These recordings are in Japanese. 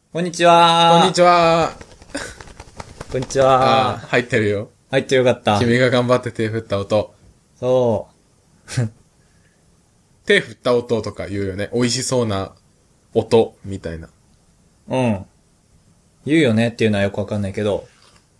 こんにちは。 こんにちは。 こんにちは。 入ってるよ。 入ってよかった。 君が頑張って手振った音。 そ手振った音とか言うよね。美味しそうな音、みたいな。 う。うん。言うよねっていうのはよくわかんないけど。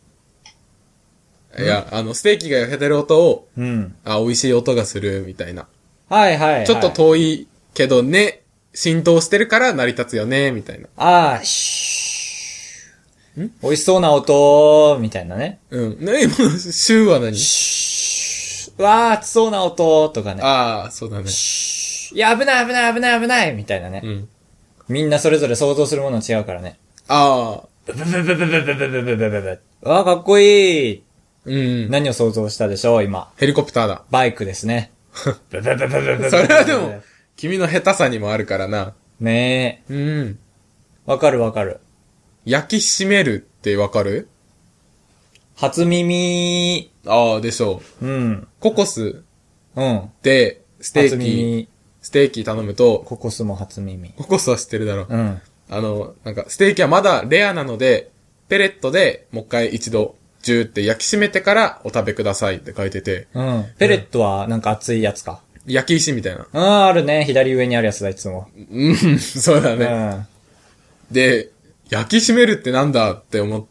いや、ステーキが焼けてる音を、 うん。 美味しい音がする、みたいな。 はいはい、はい。 ちょっと遠いけどね、浸透してるから成り立つよね、みたいな。 シュー。美味しそうな音、みたいなね。 うん。今のシューは何？ シュー。わー、熱そうな音、とかね。 そうだね。 シュー。いや、危ない危ない危ない危ない、みたいなね。 うん。 みんなそれぞれ想像するもの違うからね。ブブブブブブブブブブブブブ。わー、かっこいい。 うん。 何を想像したでしょう、今。 ヘリコプターだ。 バイクですね。ブブブブブブブ。 それはでも、君の下手さにもあるからな。 ねえ。 うん。 わかるわかる。 焼き締めるってわかる？ 初耳。 でしょうん。 う。ココスうん。 で、ステ初ー耳。 キ頼むと、 ココスも初耳。 ココスは知ってるだろう。 うん。 なんか、ステーキはまだレアなので、ペレットでもう一回一度、ジューって焼き締めてからお食べくださいって書いてて。 うん。ペレットはなんか熱いやつか。 焼き石みたいな。 あるね。左上にあるやつだ、いつも。 うん、そうだうね。 ん。 で、焼き締めるってなんだって思って、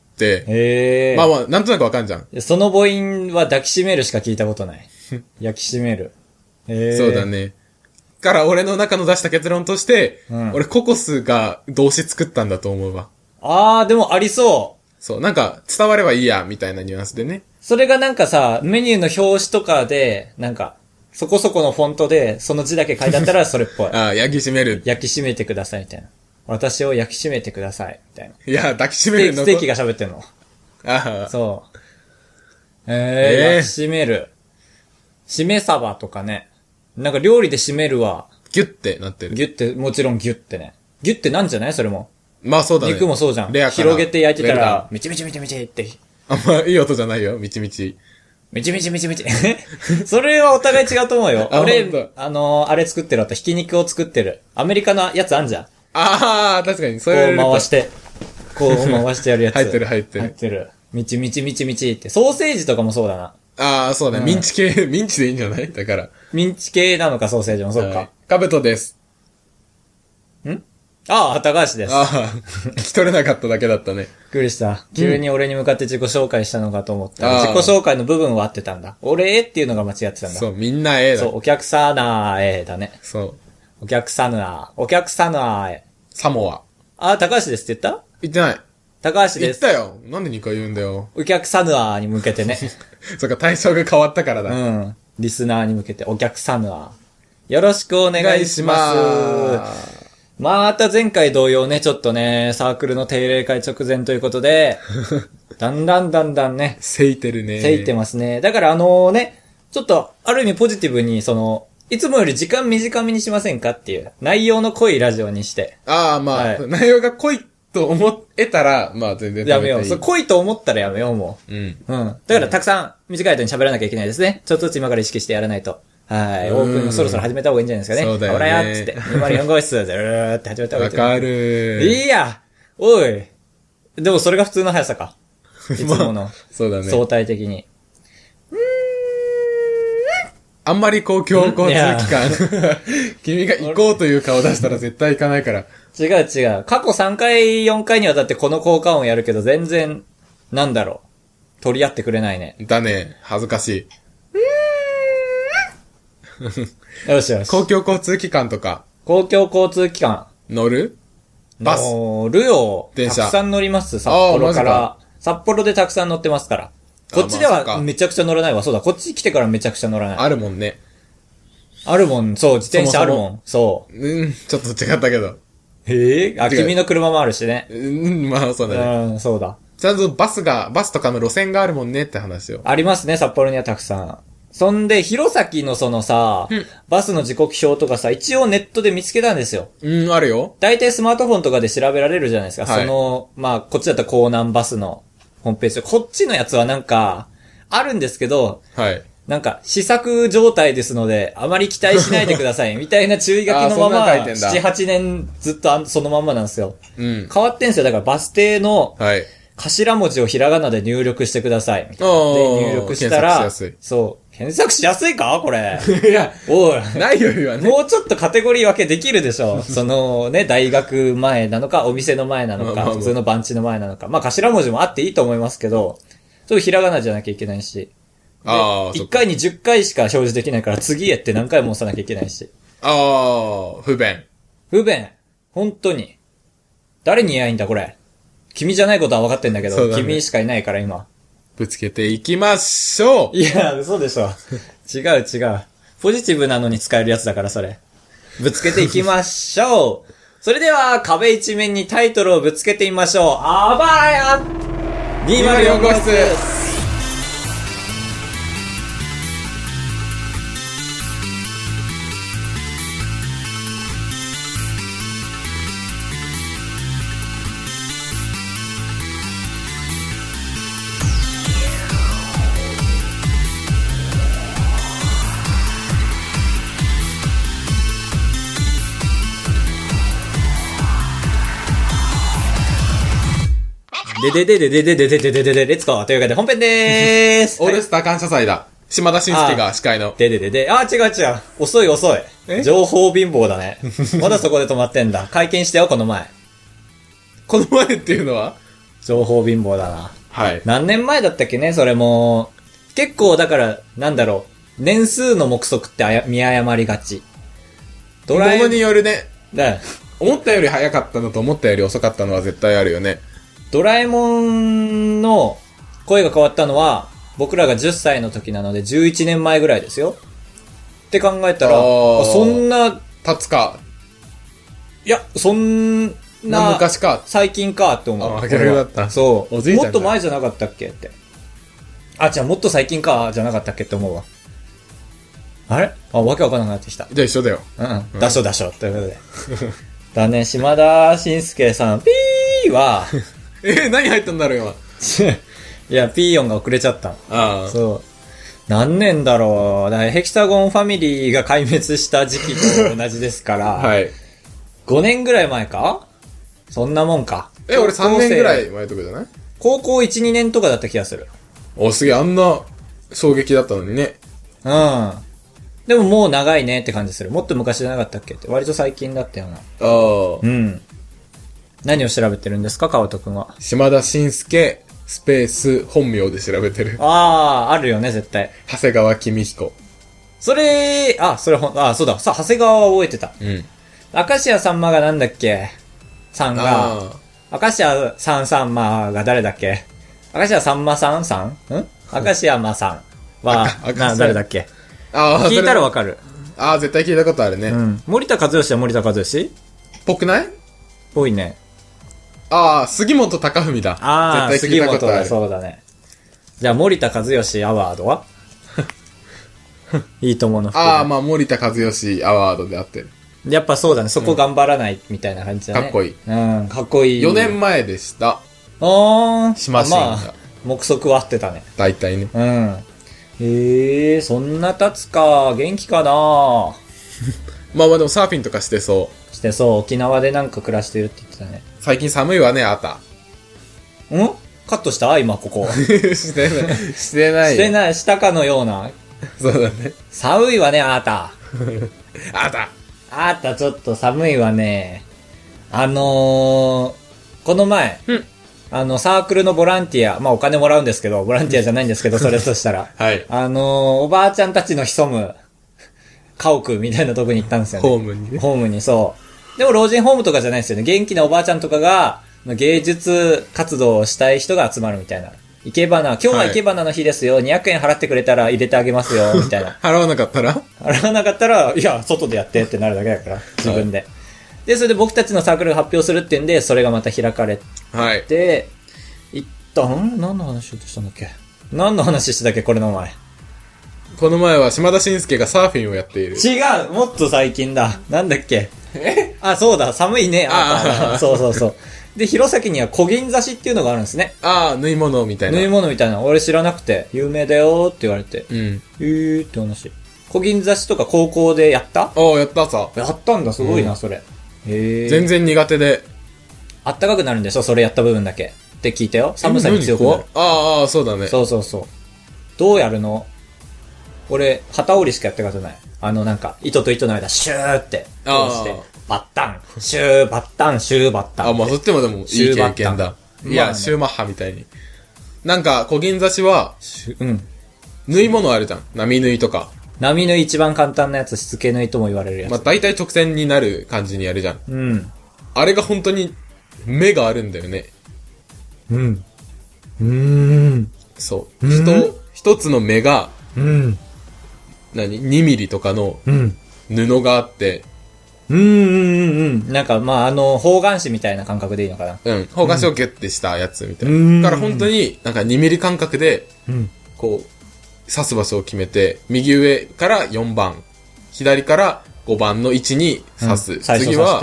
へえ。 まあまあ、なんとなくわかんじゃん。 その母音は抱きしめるしか聞いたことない。焼きしめる。へえ。 そうだね。から俺の中の出した結論として、 うん俺ココスが動詞作ったんだと思うわ。 でもありそう。 そう、なんか伝わればいいや、みたいなニュアンスでね。 それがなんかさ、メニューの表紙とかで、なんか、そこそこのフォントで、その字だけ書いてあったらそれっぽい。 焼き締める。 焼き締めてください、みたいな。私を焼き締めてください、みたいな。 いや、抱き締めるの。 ステーキが喋ってんの。そう。焼き締める。締めサバとかね。なんか料理で締めるは、 ギュッてなってる。 ギュッて、もちろんギュッてね。ギュッてなんじゃないそれも。 まあそうだね。 肉もそうじゃん。 レアから広げて焼いてたウェルダら、みちみちみちみちって。 あんまいい音じゃないよ、みちみち。 みちみちみちみち。それはお互い違うと思うよ。俺、あれ作ってるひき肉を作ってる。アメリカのやつあんじゃん。 確かに、それこう回して。こう回してやるやつ。 入ってる入ってる。 入ってる。みちみちみちみちって。ソーセージとかもそうだな。 そうだね。ミンチ系、ミンチでいいんじゃないだから。 ミンチ系なのか、ソーセージもそうか。 カブトです。 高橋です。 聞き取れなかっただけだったね。 びっくりした。急に俺に向かって自己紹介したのかと思ったら、自己紹介の部分は合ってたんだ。俺っていうのが間違ってたんだ。 そう、みんなだ。 そう、お客さなだね。 そう。 お客さなサモア。 高橋ですって言った言ってない。 高橋です。 言ったよ。なんで2回言うんだよ。 お客さに向けてね。 そっか、対象が変わったからだ。 うん。リスナーに向けて、お客さよろしくお願いします。また前回同様ね、ちょっとね、サークルの定例会直前ということで、だんだんね。 せいてるね。 せいてますね。だからね、ちょっと、ある意味ポジティブに、いつもより時間短めにしませんかっていう、内容の濃いラジオにして。 はい、内容が濃いと思えたら、まあ全然やめよう。濃いと思ったらやめよう、もう。うん。 だからたくさん短い間に喋らなきゃいけないですね。ちょっとずつ今から意識してやらないと。はい。オープンそろそろ始めた方がいいんじゃないですかね。 そうだよね。 ほらやっつって。204号室、ずーって始めた方がいい。 わかるいいやおいでもそれが普通の速さか。いつもの。 そうだね。 相対的に。 あんまり公共交通機関、君が行こうという顔出したら絶対行かないから。 違う。過去3回、4回にわたってこの効果音やるけど全然、なんだろう。取り合ってくれないね。 だね。恥ずかしい。 よし。 公共交通機関とか。 公共交通機関。 乗る？バス。 乗るよ。 電車。 たくさん乗ります、札幌から。札幌でたくさん乗ってますから。こっちではめちゃくちゃ乗らないわ。そうだ、こっち来てからめちゃくちゃ乗らない。 あるもんね。 あるもん、そう、自転車あるもん。そう。 ちょっと違ったけど。 君の車もあるしね。 まあそうだね。 そうだ。 ちゃんとバスとかの路線があるもんねって話よ。 ありますね、札幌にはたくさん。そんで、弘前のバスの時刻表とかさ、一応ネットで見つけたんですよ。 あるよ。 大体スマートフォンとかで調べられるじゃないですか。はい、こっちだったら江南バスのホームページ。こっちのやつはなんか、あるんですけど、 はい。 なんか、試作状態ですので、あまり期待しないでください、みたいな注意書きのまま、7、8年ずっとそのまんまなんですよ。 うん。 変わってんすよ。だからバス停の、 はい。 頭文字をひらがなで入力してください。みたいなで、入力したら、 検索しやすい。 そう。検索しやすいかこれ。 いや、 おい。 ないよりはね。 もうちょっとカテゴリー分けできるでしょ。そのね、大学前なのか、お店の前なのか、普通の番地の前なのか。まあ、頭文字もあっていいと思いますけど、そういうひらがなじゃなきゃいけないし。 ああ、 1回に10回しか表示できないから、次へって何回も押さなきゃいけないし。 ああ、不便。 不便。本当に。誰に言えばいいんだ、これ。君じゃないことは分かってんだけど、君しかいないから今。 ぶつけていきましょう。 いや、嘘でしょ。違う。ポジティブなのに使えるやつだから、それ。ぶつけていきましょう。それでは、壁一面にタイトルをぶつけてみましょう。あばや !204 号室レッツゴーというわけで本編でーすオールスター感謝祭だ。島田紳介が司会の。 違う。遅い。情報貧乏だね。まだそこで止まってんだ。会見してよ、この前。 この前っていうのは情報貧乏だな。 はい。 何年前だったっけね、それも。結構だから、なんだろう。年数の目測って見誤りがち。 ものによるね。 だ思ったより早かったのと思ったより遅かったのは絶対あるよね。 ドラえもんの声が変わったのは、僕らが10歳の時なので11年前ぐらいですよ。って考えたら、そんな、 経つか。 いや、そんな、 昔か。 最近かって思う。 逆だった。 そう。 おじいちゃんもっと前じゃなかったっけって。じゃあもっと最近か、じゃなかったっけって思うわ。あれわけわかんなくなってきた。 じゃあ一緒だよ。 だしょ。ということで。だね、島田紳介さん、ピーは、 何入ったんだろう今。 いや、ピー音が遅れちゃった。 ああ。 そう。何年だろう。だからヘキサゴンファミリーが壊滅した時期と同じですから。 はい。 5年ぐらい前かそんなもんか。 俺3年ぐらい前とかじゃない？ 高校1、2年とかだった気がする。 すげえ、あんな衝撃だったのにね。 うん。でももう長いねって感じする。もっと昔じゃなかったっけって。割と最近だったよな。うん。何を調べてるんですか、川戸くんは。 島田紳介、スペース、本名で調べてる。 あるよね、絶対。 長谷川公彦。 そうだ。さ、長谷川は覚えてた。 うん。 明石家さんまがなんだっけさんが、明石家さんまが誰だっけ明石家さんまさん明石山さんは、誰だっけ聞いたらわかる。 絶対聞いたことあるね。 うん。森田和義は森田和義ぽくない？ ぽいね。 杉本隆文だ。絶対聞いたことある。 そうだね。じゃあ、森田和義アワードはいいと思うの。 森田和義アワードであってる。 やっぱそうだね。そこ頑張らないみたいな感じだね。 かっこいい。 かっこいい。 4年前でした。しましんが。 目測は合ってたね。 大体ね。 そんな経つか。元気かなでもサーフィンとかしてそう。 してそう。沖縄でなんか暮らしてるって言ってたね。 最近寒いわね、あた。 カットした今ここ。 してない。 してない。したかのような。 そうだね。 寒いわね、あた。 あたちょっと寒いわね。この前、サークルのボランティア、お金もらうんですけど、ボランティアじゃないんですけど、それとしたら。 はい。 おばあちゃんたちの潜む、家屋みたいなとこに行ったんですよね。 ホームにね。 ホームに、そう。でも老人ホームとかじゃないですよね。元気なおばあちゃんとかが、芸術活動をしたい人が集まるみたいな。今日は生け花の日ですよ。200円払ってくれたら入れてあげますよ、みたいな。 払わなかったら、 いや、外でやってってなるだけだから、自分で。で、それで僕たちのサークルが発表するっていうんで、それがまた開かれて、行った何の話しようとしたんだっけ何の話してたっけこれの前。 この前は島田紳介がサーフィンをやっている。 違うもっと最近だ。なんだっけそうだ、寒いね。そう。 で、弘前には小銀刺しっていうのがあるんですね。 ああ、縫い物みたいな。 縫い物みたいな。俺知らなくて、有名だよって言われて。 うん。 って話。小銀刺しとか高校でやった？ ああ、やったさ。 やったんだ、すごいな、 うんそれ。 全然苦手で。 あったかくなるんでしょ、それやった部分だけ。って聞いたよ。寒さに強くなる。 ああ、そうだね。 そうそうそう。どうやるの？俺、旗折りしかやったことない。なんか、糸と糸の間、シューって、通して、バッタン、シュー、バッタン、シュー、バッタン。 あ、まあそっちもでもいい経験だ。いや、シューマッハみたいに。なんか、小銀刺しは、縫い物あるじゃん。波縫いとか。 波縫い一番簡単なやつ、しつけ縫いとも言われるやつ。 まあ大体直線になる感じにやるじゃん。あれが本当に、目があるんだよね。そう。一つの目が、2ミリとかの布があって、 なんか、まあ、方眼紙みたいな感覚でいいのかな。 方眼紙をギュッてしたやつみたいな。だから本当になんか2ミリ間隔で、こう、刺す場所を決めて、右上から4番、左から5番の位置に刺す。次は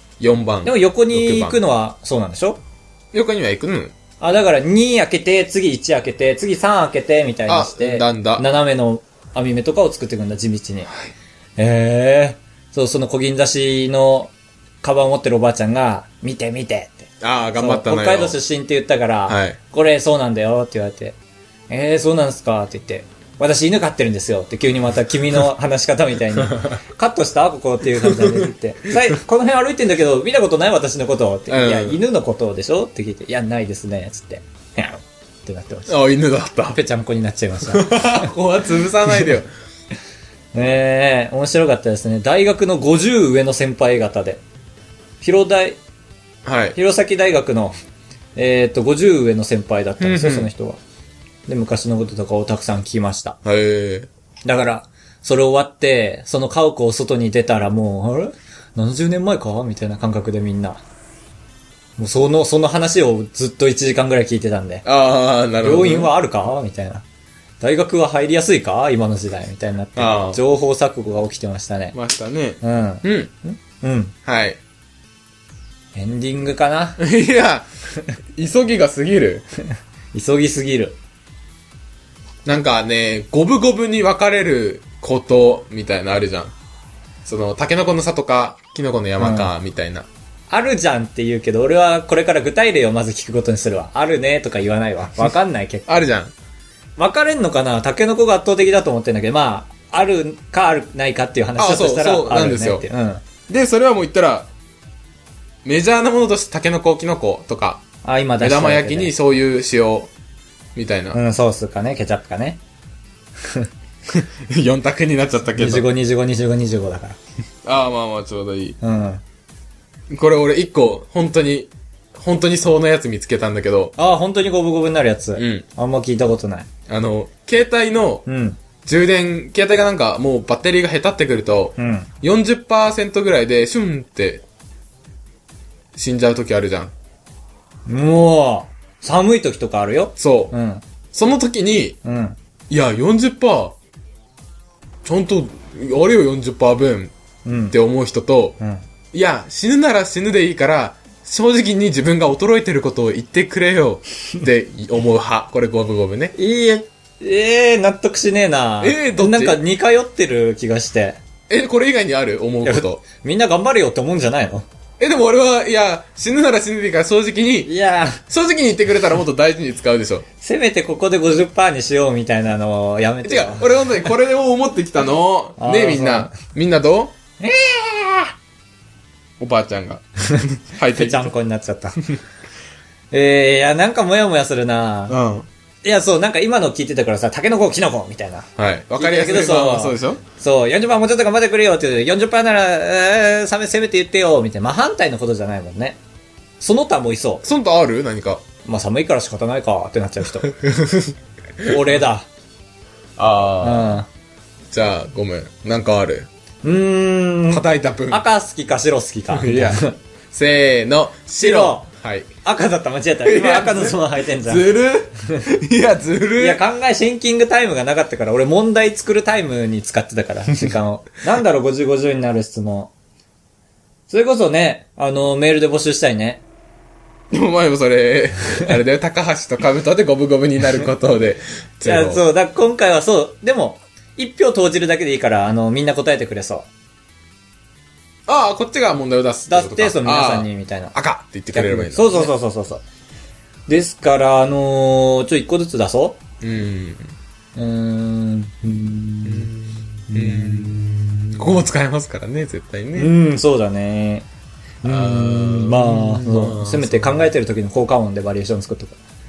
4番。 でも横に行くのはそうなんでしょ？ 横には行くの？ あ、だから2開けて、次1開けて、次3開けて、みたいにして、斜めの網目とかを作っていくんだ、地道に。そう、その小銀刺しのカバンを持ってるおばあちゃんが、見て見てって。 ああ、頑張ったなよ。 北海道出身って言ったから、これそうなんだよって言われて、そうなんすかって言って、私犬飼ってるんですよって急にまた君の話し方みたいに、カットしたここっていう感じで言って、この辺歩いてんだけど、見たことない私のことって、いや、犬のことでしょって聞いて、いや、ないですね、つって、ってなってました。 あ、犬だった。 ぺちゃんこになっちゃいました。 ここは潰さないでよ。 面白かったですね。大学の50上の先輩方で。弘前大学の、50上の先輩だったんですよ、その人は。で、昔のこととかをたくさん聞きました。だから、それ終わって、その家屋を外に出たらもう、あれ ?70 年前かみたいな感覚でみんな。もうその話をずっと1時間ぐらい聞いてたんで。 ああ、なるほど。 病院はあるかみたいな。大学は入りやすいか今の時代みたいになって。情報錯誤が起きてましたね。 ましたね。はい。 エンディングかな？ いや、急ぎが過ぎる。 急ぎすぎる。 なんかね、五分五分に分かれることみたいなあるじゃん。その、タケノコの里か、キノコの山か、みたいな。 あるじゃんって言うけど、俺はこれから具体例をまず聞くことにするわ。あるねとか言わないわ。わかんない結構。 あるじゃん。 分かれんのかな？タケノコが圧倒的だと思ってんだけど、まあ、あるかあるないかっていう話だとしたら、 そうなんですよ。で、それはもう言ったら、メジャーなものとしてタケノコ、キノコとか、 今目玉焼きにそういう塩、みたいな。 ソースかね、ケチャップかね。 4択になっちゃったけど。 25だから。 まあ、ちょうどいい。これ俺1個、本当にそうのやつ見つけたんだけど。 本当にゴブゴブになるやつ。あんま聞いたことない。 携帯の、充電、携帯がなんかもうバッテリーが下手ってくると、40% ぐらいでシュンって死んじゃう時あるじゃん。 もう、寒い時とかあるよ。 そう。その時に、いや、40%、ちゃんと、あれよ40%分って思う人と、いや、死ぬなら死ぬでいいから、正直に自分が衰えてることを言ってくれよって思う派。これゴブゴブね。 納得しねえな。 どっち？ なんか似通ってる気がして。 これ以外にある思うこと。 みんな頑張れよって思うんじゃないの？ でも俺は、いや、死ぬなら死ぬでいいから正直に、正直に言ってくれたらもっと大事に使うでしょ。 せめてここで 50% にしようみたいなのをやめてよ。 違う、俺本当にこれを思ってきたの。ねみんな。みんなどう？おばあちゃんが。 はい、ぺちゃんこになっちゃった。いや、なんかもやもやするな。いや、そう、なんか今の聞いてたからさ、タケノコ、キノコみたいな。 はい。わかりやすいけど、そうでしょ？ そう、40% もうちょっと頑張ってくれよって言う。40% なら、せめて言ってよ、みたいな。真反対のことじゃないもんね。その他もいそう。 その他ある？何か。 まあ寒いから仕方ないかってなっちゃう人。俺だ。 じゃあ、ごめん。なんかある？叩いた分。 赤好きか白好きか。 いや。せーの、白。 はい。赤だった間違えた。今赤のズボン履いてんじゃん。 ずるいや、ずるいや、考えシンキングタイムがなかったから、俺問題作るタイムに使ってたから、時間を。なんだろう、50、50になる質問。それこそね、メールで募集したいね。 お前もそれ、あれだよ、高橋と兜で五分五分になることで。 いや、そう、だから今回はそう、でも、一票投じるだけでいいから、みんな答えてくれそう。 ああ、こっちが問題を出す出して、そう、皆さんに、みたいな。 赤って言ってくれればいいんだ、 そうそうそうそうそう。ですから、一個ずつ出そう。 ここも使えますからね、絶対ね。 そうだね。まあ、せめて考えてる時の効果音でバリエーション作っとく。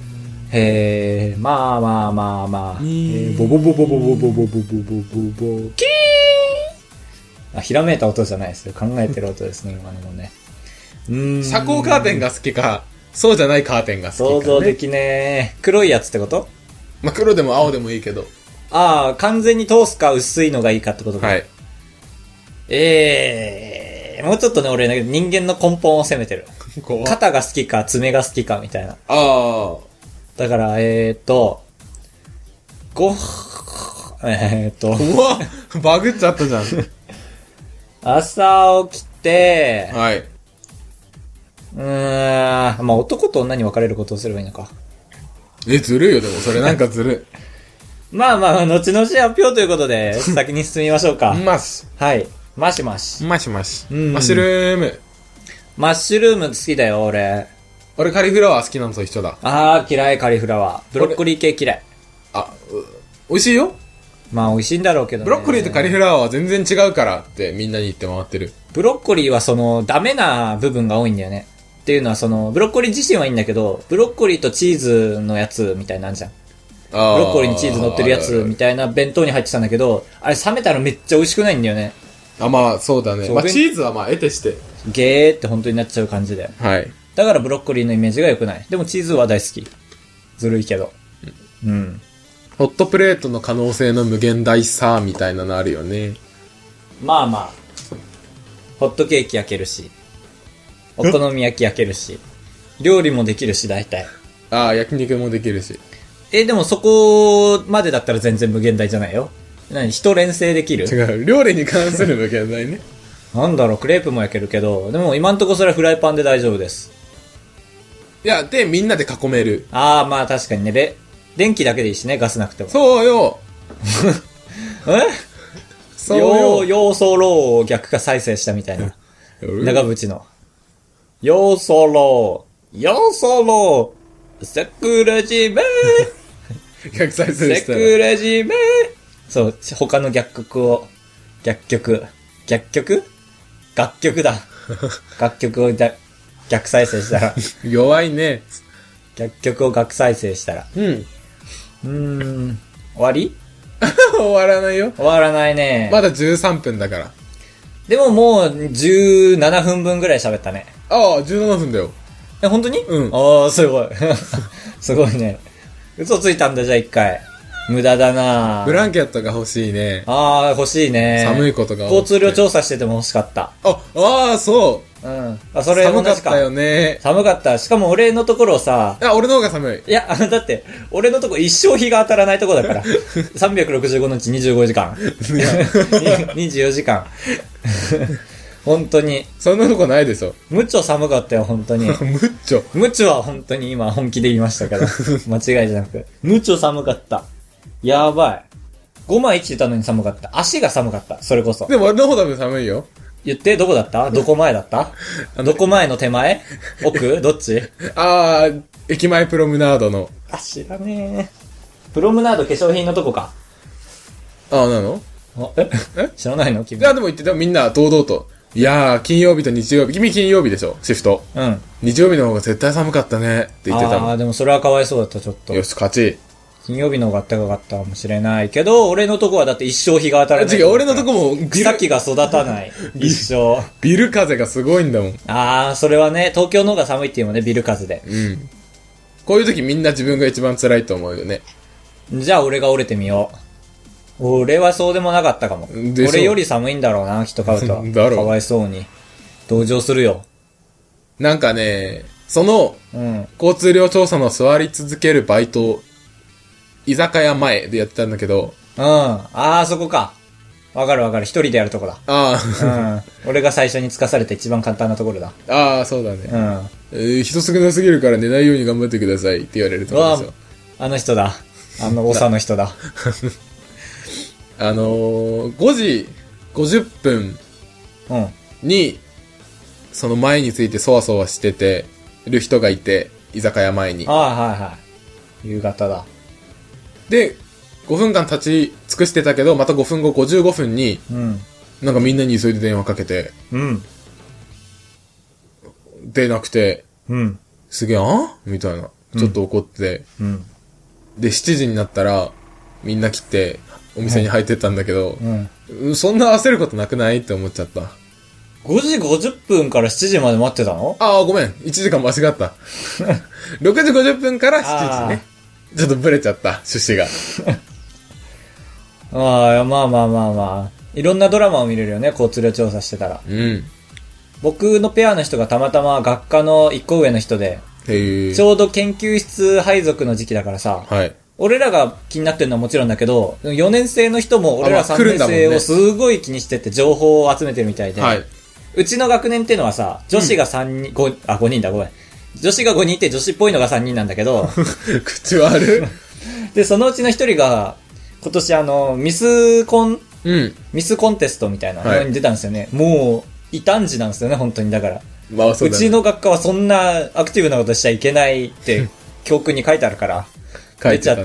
まあ。ボボボボボボボボボボボボボキーン。ひらめいた音じゃないですよ。考えてる音ですね、今のもね。 遮光カーテンが好きか、そうじゃないカーテンが好きか、ね。 想像できねー。黒いやつってこと？ まあ、黒でも青でもいいけど。 ああ、完全に通すか薄いのがいいかってことか。 はい。 もうちょっとね、俺ね、人間の根本を攻めてる。肩が好きか、爪が好きか、みたいな。 ああ。 だから、うわバグっちゃったじゃん。 朝起きて、 はい。 まあ、男と女に分かれることをすればいいのか。 ずるいよ、でも、それなんかずるい。 まあ、後々発表ということで、先に進みましょうか。 マシ。 はい。マシマシ。 マシマシ。マッシュルーム。 マッシュルーム好きだよ、俺。 俺カリフラワー好きなのと一緒だ。 嫌い、カリフラワー。ブロッコリー系嫌い。 美味しいよ。 まあ、美味しいんだろうけどね。 ブロッコリーとカリフラワーは全然違うからってみんなに言って回ってる。 ブロッコリーはダメな部分が多いんだよね。っていうのはブロッコリー自身はいいんだけど、ブロッコリーとチーズのやつみたいなんじゃん。ブロッコリーにチーズ乗ってるやつみたいな弁当に入ってたんだけど、あれ冷めたらめっちゃ美味しくないんだよね。 まあそうだね。まあチーズはまあ得てして。 ゲーって本当になっちゃう感じで。 はい。 だからブロッコリーのイメージが良くない。でもチーズは大好き。ずるいけど。 ホットプレートの可能性の無限大さみたいなのあるよね。 まあまあ。ホットケーキ焼けるし。お好み焼き焼けるし。料理もできるし、大体。 焼肉もできるし。 でもそこまでだったら全然無限大じゃないよ。人連成できる？ 違う。料理に関する無限大ね。 なんだろう、クレープも焼けるけど、でも今んとこそれはフライパンで大丈夫です。 いや、で、みんなで囲める。 まあ確かにね。電気だけでいいしね、ガスなくても。 そうよ。 そうよ。要素ローを逆化再生したみたいな。長渕の。要素ロー、桜島逆再生したら。 桜島そう、他の楽曲を逆再生したら。 弱いね。 楽曲を逆再生したら。終わり終わらないよ。 終わらないね。 まだ13分だから。 でももう17分分ぐらい喋ったね。 17分だよ。 本当に？すごい。すごいね。嘘ついたんだ、じゃあ一回。無駄だなブランケットが欲しいね。 欲しいね。 寒いことが多くて。 交通量調査してても欲しかった。 そう。 それ同じか。 寒かったよね。 寒かった。しかも俺のところさ。 俺の方が寒い。 いや、だって、俺のとこ一生日が当たらないとこだから。365日25時間。24時間。本当に。 そんなとこないでしょ。 むちょ寒かったよ、本当に。むちょは本当に今本気で言いましたけど。間違いじゃなく。むちょ寒かった。やばい。5枚1たのに寒かった。足が寒かった。それこそ。 でも俺の方多分寒いよ。 言って、どこだった？どこ前だった？どこ前の手前？奥？どっち？ 駅前プロムナードの。 知らねえ。プロムナード化粧品のとこか。 なの？ 知らないの？君。 でも言ってたみんな堂々と。いやー、金曜日と日曜日。君金曜日でしょ？シフト。日曜日の方が絶対寒かったねって言ってたもん。 でもそれはかわいそうだった、ちょっと。 よし、勝ち。 金曜日の方が暖かかったかもしれないけど、俺のとこはだって一生日が当たらない。 違う、俺のとこも草木が育たない。一生。 ビル風がすごいんだもん。 それはね、東京の方が寒いっていうもんね、ビル風で。 こういう時みんな自分が一番辛いと思うよね。 じゃあ俺が折れてみよう。俺はそうでもなかったかも。俺より寒いんだろうな、人買うと。 だろう。 かわいそうに。同情するよ。 なんかね、交通量調査の座り続けるバイト、居酒屋前でやってたんだけど。 そこか。 わかるわかる。一人でやるとこだ。 あうん。俺が最初につかされて一番簡単なところだ。 あ。ああ、そうだね。 うん。 人少なすぎるから寝ないように頑張ってくださいって言われるところですよ。 あの人だ。長の人だ。 5時50分うん。 に、その前についてそわそわしてる人がいて、居酒屋前に。 はいはい。夕方だ。 で、5分間立ち尽くしてたけど、また5分後55分に、 うん。 なんかみんなに急いで電話かけて、 うん。 出なくて、 うん。 すげえ、みたいな。ちょっと怒って、 うん。 で、7時になったら、みんな来て、お店に入ってったんだけど、 うん。 そんな焦ることなくないって思っちゃった。 5時50分から7時まで待ってたの？ ああ、ごめん。1時間間違った。6時50分から7時ね。ちょっとブレちゃった、趣旨が。 まあまあまあまあ。いろんなドラマを見れるよね、交通量調査してたら。 うん。 僕のペアの人がたまたま学科の1個上の人で、 へえ。 ちょうど研究室配属の時期だからさ、 はい。 俺らが気になってるのはもちろんだけど、4年生の人も俺ら3年生をすごい気にしてて情報を集めてるみたいで、 はい。 うちの学年っていうのはさ、女子が3人、5人だ、ごめん。女子が5人いて女子っぽいのが3人なんだけど、 口悪で、そのうちの1人が、今年ミスコンテストみたいなのに出たんですよね。もう、異端児なんですよね、本当に。だから。 まあそうだね。 うちの学科はそんなアクティブなことしちゃいけないって、教訓に書いてあるから、出ちゃって。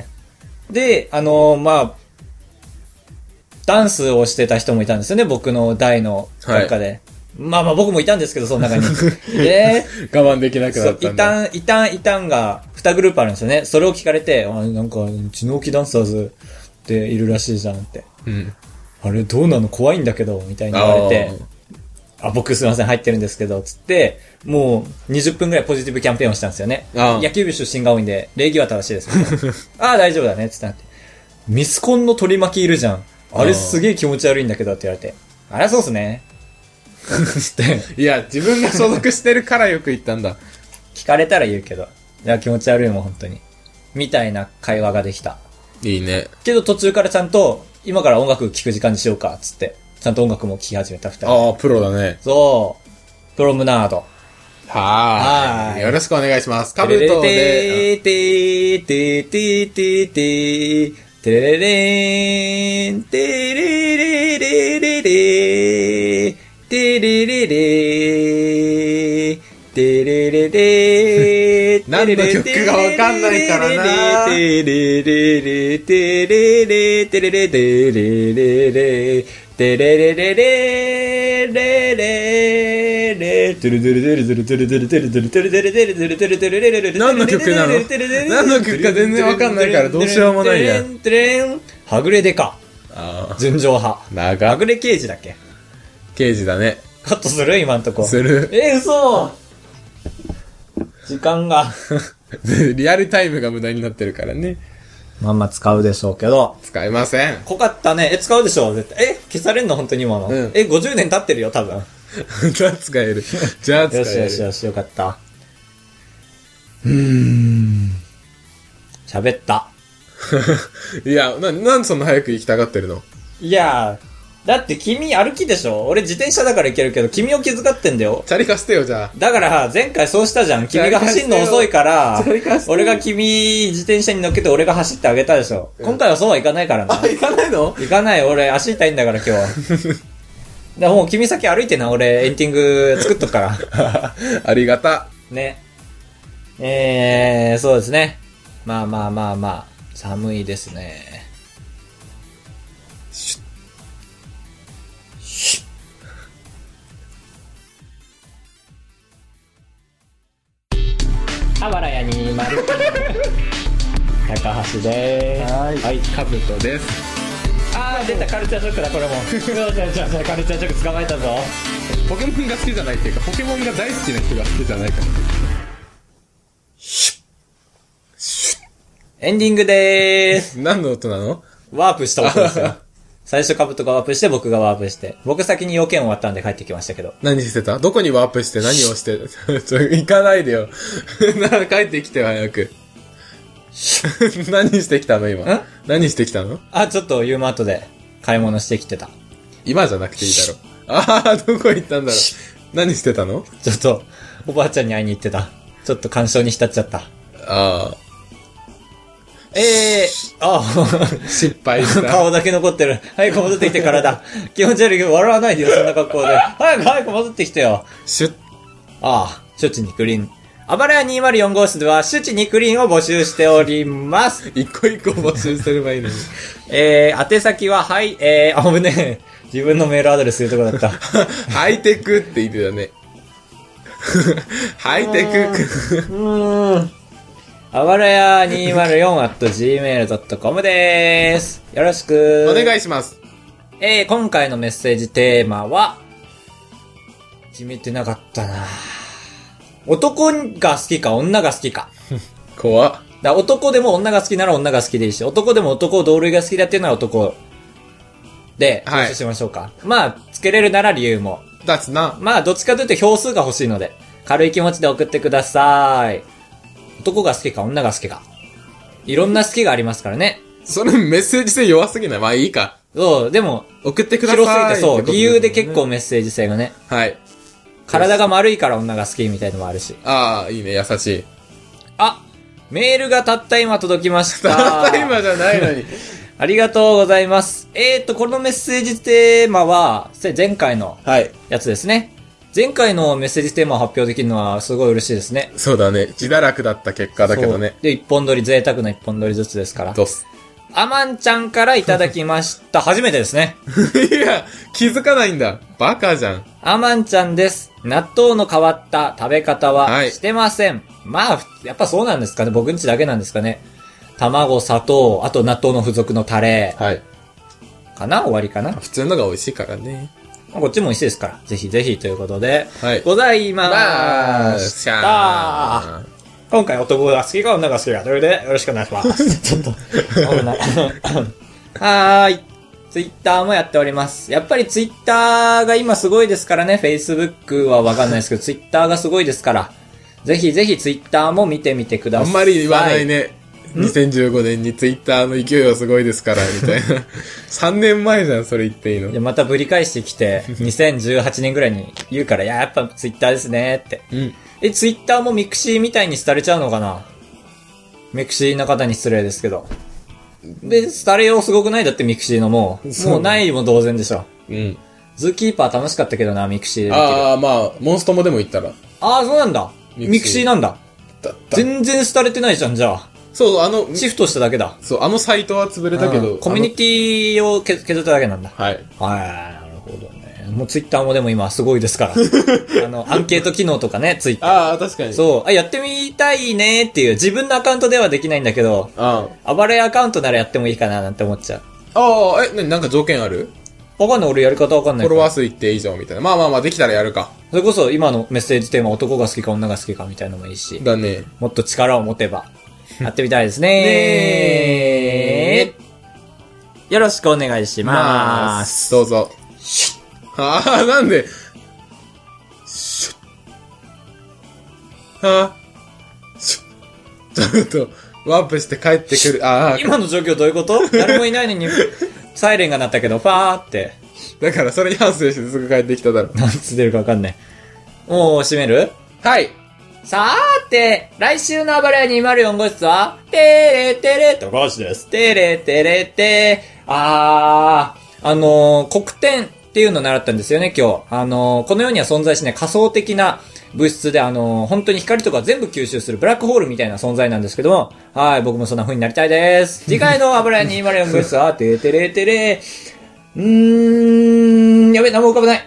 で、まあ、ダンスをしてた人もいたんですよね、僕の代の学科で。はい、まあまあ僕もいたんですけど、その中に。で、 我慢できなくなったんだ。 異端が2グループあるんですよね。それを聞かれて、なんか、知能機ダンサーズっているらしいじゃんって。 うん。 あれどうなの怖いんだけど、みたいに言われて。僕すいません、入ってるんですけど、つって、もう20分くらいポジティブキャンペーンをしたんですよね。野球部出身が多いんで、礼儀は正しいですみたいな。大丈夫だね、つってなって。ミスコンの取り巻きいるじゃん。あれすげえ気持ち悪いんだけどって言われて。あれはそうっすね。 いや、自分が所属してるからよく言ったんだ。 聞かれたら言うけど。いや、気持ち悪いもん、本当に。みたいな会話ができた。 いいね。 けど途中からちゃんと、今から音楽聴く時間にしようか、つって。ちゃんと音楽も聴き始めた二人。 ああ、プロだね。 そう。プロムナード。 はーい。よろしくお願いします。カブトで。 てーてーてーてーてーてれれれーん、てれれれれれー、てれれれー、てれれれー、 何の曲がわかんないからな。 てれれれ、てれれ、てれれ、てれれれ、てれれれれ、れれれ、てるてるてるてるてるてるてるてるてるてるてるてるてるてるてるてる。 何の曲なの？何の曲か全然わかんないからどうしようもないや。 はぐれでか。純情派。はぐれ刑事だっけ？ 刑事だね。 カットする今んとこ。 する。 嘘！時間が。 リアルタイムが無駄になってるからね。 まんま使うでしょうけど。 使えません。 濃かったね。使うでしょ絶対。消されんの本当に今の。50年経ってるよ多分。 じゃあ使える。じゃあ使える。 よしよしよし、よかった。喋った。 いや、なんでそんな早く行きたがってるの？ いやだって君歩きでしょ？俺自転車だから行けるけど、君を気遣ってんだよ。 チャリ貸してよ、じゃあ。 だから前回そうしたじゃん。君が走んの遅いから、俺が君自転車に乗っけて俺が走ってあげたでしょ。今回はそうはいかないからな。 行かないの？ 行かない。俺足痛いんだから今日は。でもう君先歩いてな。俺エンディング作っとくから。 ありがた。 ね。そうですね。まあまあまあまあ。寒いですね。あばらや209高橋でーす。 はい、カブトです。 出たカルチャーショックだこれも。カルチャーショック捕まえたぞ。 ポケモンが好きじゃないっていうか、ポケモンが大好きな人が好きじゃないから。 エンディングでーす。 何の音なの？ ワープした音ですよ。最初カブトがワープして僕がワープして。僕先に要件終わったんで帰ってきましたけど。 何してた？どこにワープして何をして行かないでよ。帰ってきて早く。何してきたの今？何してきたの？ ちょっとユーマートで買い物してきてた。 今じゃなくていいだろ。ああ、どこ行ったんだろう。何してたの？ ちょっと、おばあちゃんに会いに行ってた。ちょっと感傷に浸っちゃった。 ああ。失敗した。 顔だけ残ってる。早く戻ってきてからだ。気持ち悪いけど笑わないでよ、そんな格好で。早く戻ってきてよ。 シュッ。 ああ、シュチニクリン。あばらや204号室では、シュチニクリンを募集しております。 一個一個募集すればいいのに。 宛先は、はい、危ねえ。自分のメールアドレス言うとこだった。 ハイテクって言ってたね。ハイテク。 あばらや 204@gmail.com でーす。よろしく。 お願いします。 今回のメッセージテーマは、決めてなかったな。男が好きか女が好きか。 怖っ。 男でも女が好きなら女が好きでいいし、男でも男同類が好きだっていうのは男で、 はいしましょうか。まあ、つけれるなら理由も。 だつな。 まあ、どっちかというと票数が欲しいので、軽い気持ちで送ってください。男が好きか女が好きか。いろんな好きがありますからね。 それメッセージ性弱すぎない？まあいいか。 そう、でも、 送ってください。 広すぎてそう、理由で結構メッセージ性がね。 はい。 体が丸いから女が好きみたいのもあるし。 ああ、いいね、優しい。 あ、メールがたった今届きました。 たった今じゃないのに。 ありがとうございます。このメッセージテーマは、前回のやつですね。前回のメッセージテーマを発表できるのはすごい嬉しいですね。 そうだね。自堕落だった結果だけどね。 で、一本撮り、贅沢な一本撮りずつですから。 どす。 アマンちゃんからいただきました。初めてですね。 いや、気づかないんだ。バカじゃん。 アマンちゃんです。納豆の変わった食べ方はしてません。まあ、やっぱそうなんですかね。僕んちだけなんですかね。卵、砂糖、あと納豆の付属のタレ。 はい。 かな？終わりかな？ 普通のが美味しいからね。 こっちも美味しいですから。ぜひぜひということで。 はい。 ございました。今回男が好きか女が好きかということでよろしくお願いします。ちょっと、ごめんな。はーい。ツイッターもやっております。やっぱりツイッターが今すごいですからね。Facebook はわかんないですけど、ツイッターがすごいですから。ぜひぜひツイッターも見てみてください。 あんまり言わないね。2015年にツイッターの勢いはすごいですから、みたいな。3年前じゃん、それ言っていいの。 で、またぶり返してきて、2018年ぐらいに言うから、やっぱツイッターですねって。 うん。 ツイッターもミクシーみたいに廃れちゃうのかな？ミクシーの方に失礼ですけど。で、廃れようすごくない？だってミクシーのもうないも同然でしょ。 うん。 ズーキーパー楽しかったけどな、ミクシーでできる。 ああ、まあ、モンストもでも行ったら。 ああ、そうなんだ。ミクシーなんだ。全然廃れてないじゃん、じゃあ。 そう、 シフトしただけだ。 そう、サイトは潰れたけど。 コミュニティを削っただけなんだ。 はい。 なるほどね。もうツイッターもでも今すごいですから。アンケート機能とかね、ツイッター。 ああ、確かに。 そう。やってみたいねっていう、自分のアカウントではできないんだけど、暴れアカウントならやってもいいかななんて思っちゃう。 ああ、なんか条件ある？ わかんない。俺やり方わかんない。 フォロワー数一定以上みたいな。まあ、できたらやるか。 それこそ今のメッセージテーマ、男が好きか女が好きかみたいなのもいいし。 だね。 もっと力を持てば。やってみたいですねよろしくお願いします。 どうぞ。ああ、なんでちょっと、ワープして帰ってくる。 今の状況どういうこと？誰もいないのに、サイレンが鳴ったけど、ファーって。 だからそれに反省してすぐ帰ってきただろ。 何つ出るかわかんない。もう閉める？ はい。 さーて、来週のあばれや204号室は、てれてれ、高橋です。てれてれて、黒点っていうのを習ったんですよね、今日。この世には存在しない仮想的な物質で、本当に光とか全部吸収するブラックホールみたいな存在なんですけども、はい、僕もそんな風になりたいです。次回のあばれや204号室は、ててれてれ、やべ、何も浮かばない。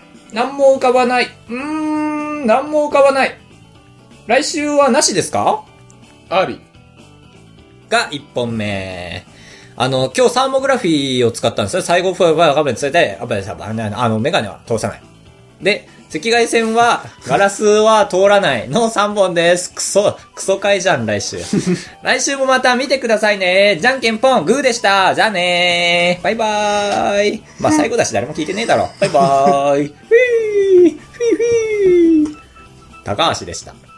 来週はなしですか？ あり。 が1本目。今日サーモグラフィーを使ったんですよ。最後、画面ついて、メガネは通さない。で、赤外線は、ガラスは通らないの3本です。クソ回じゃん、来週。来週もまた見てくださいね。じゃんけんぽん、グーでした。じゃあねー。バイバーイ。まあ、最後だし誰も聞いてねえだろ。バイバーイ。高橋でした。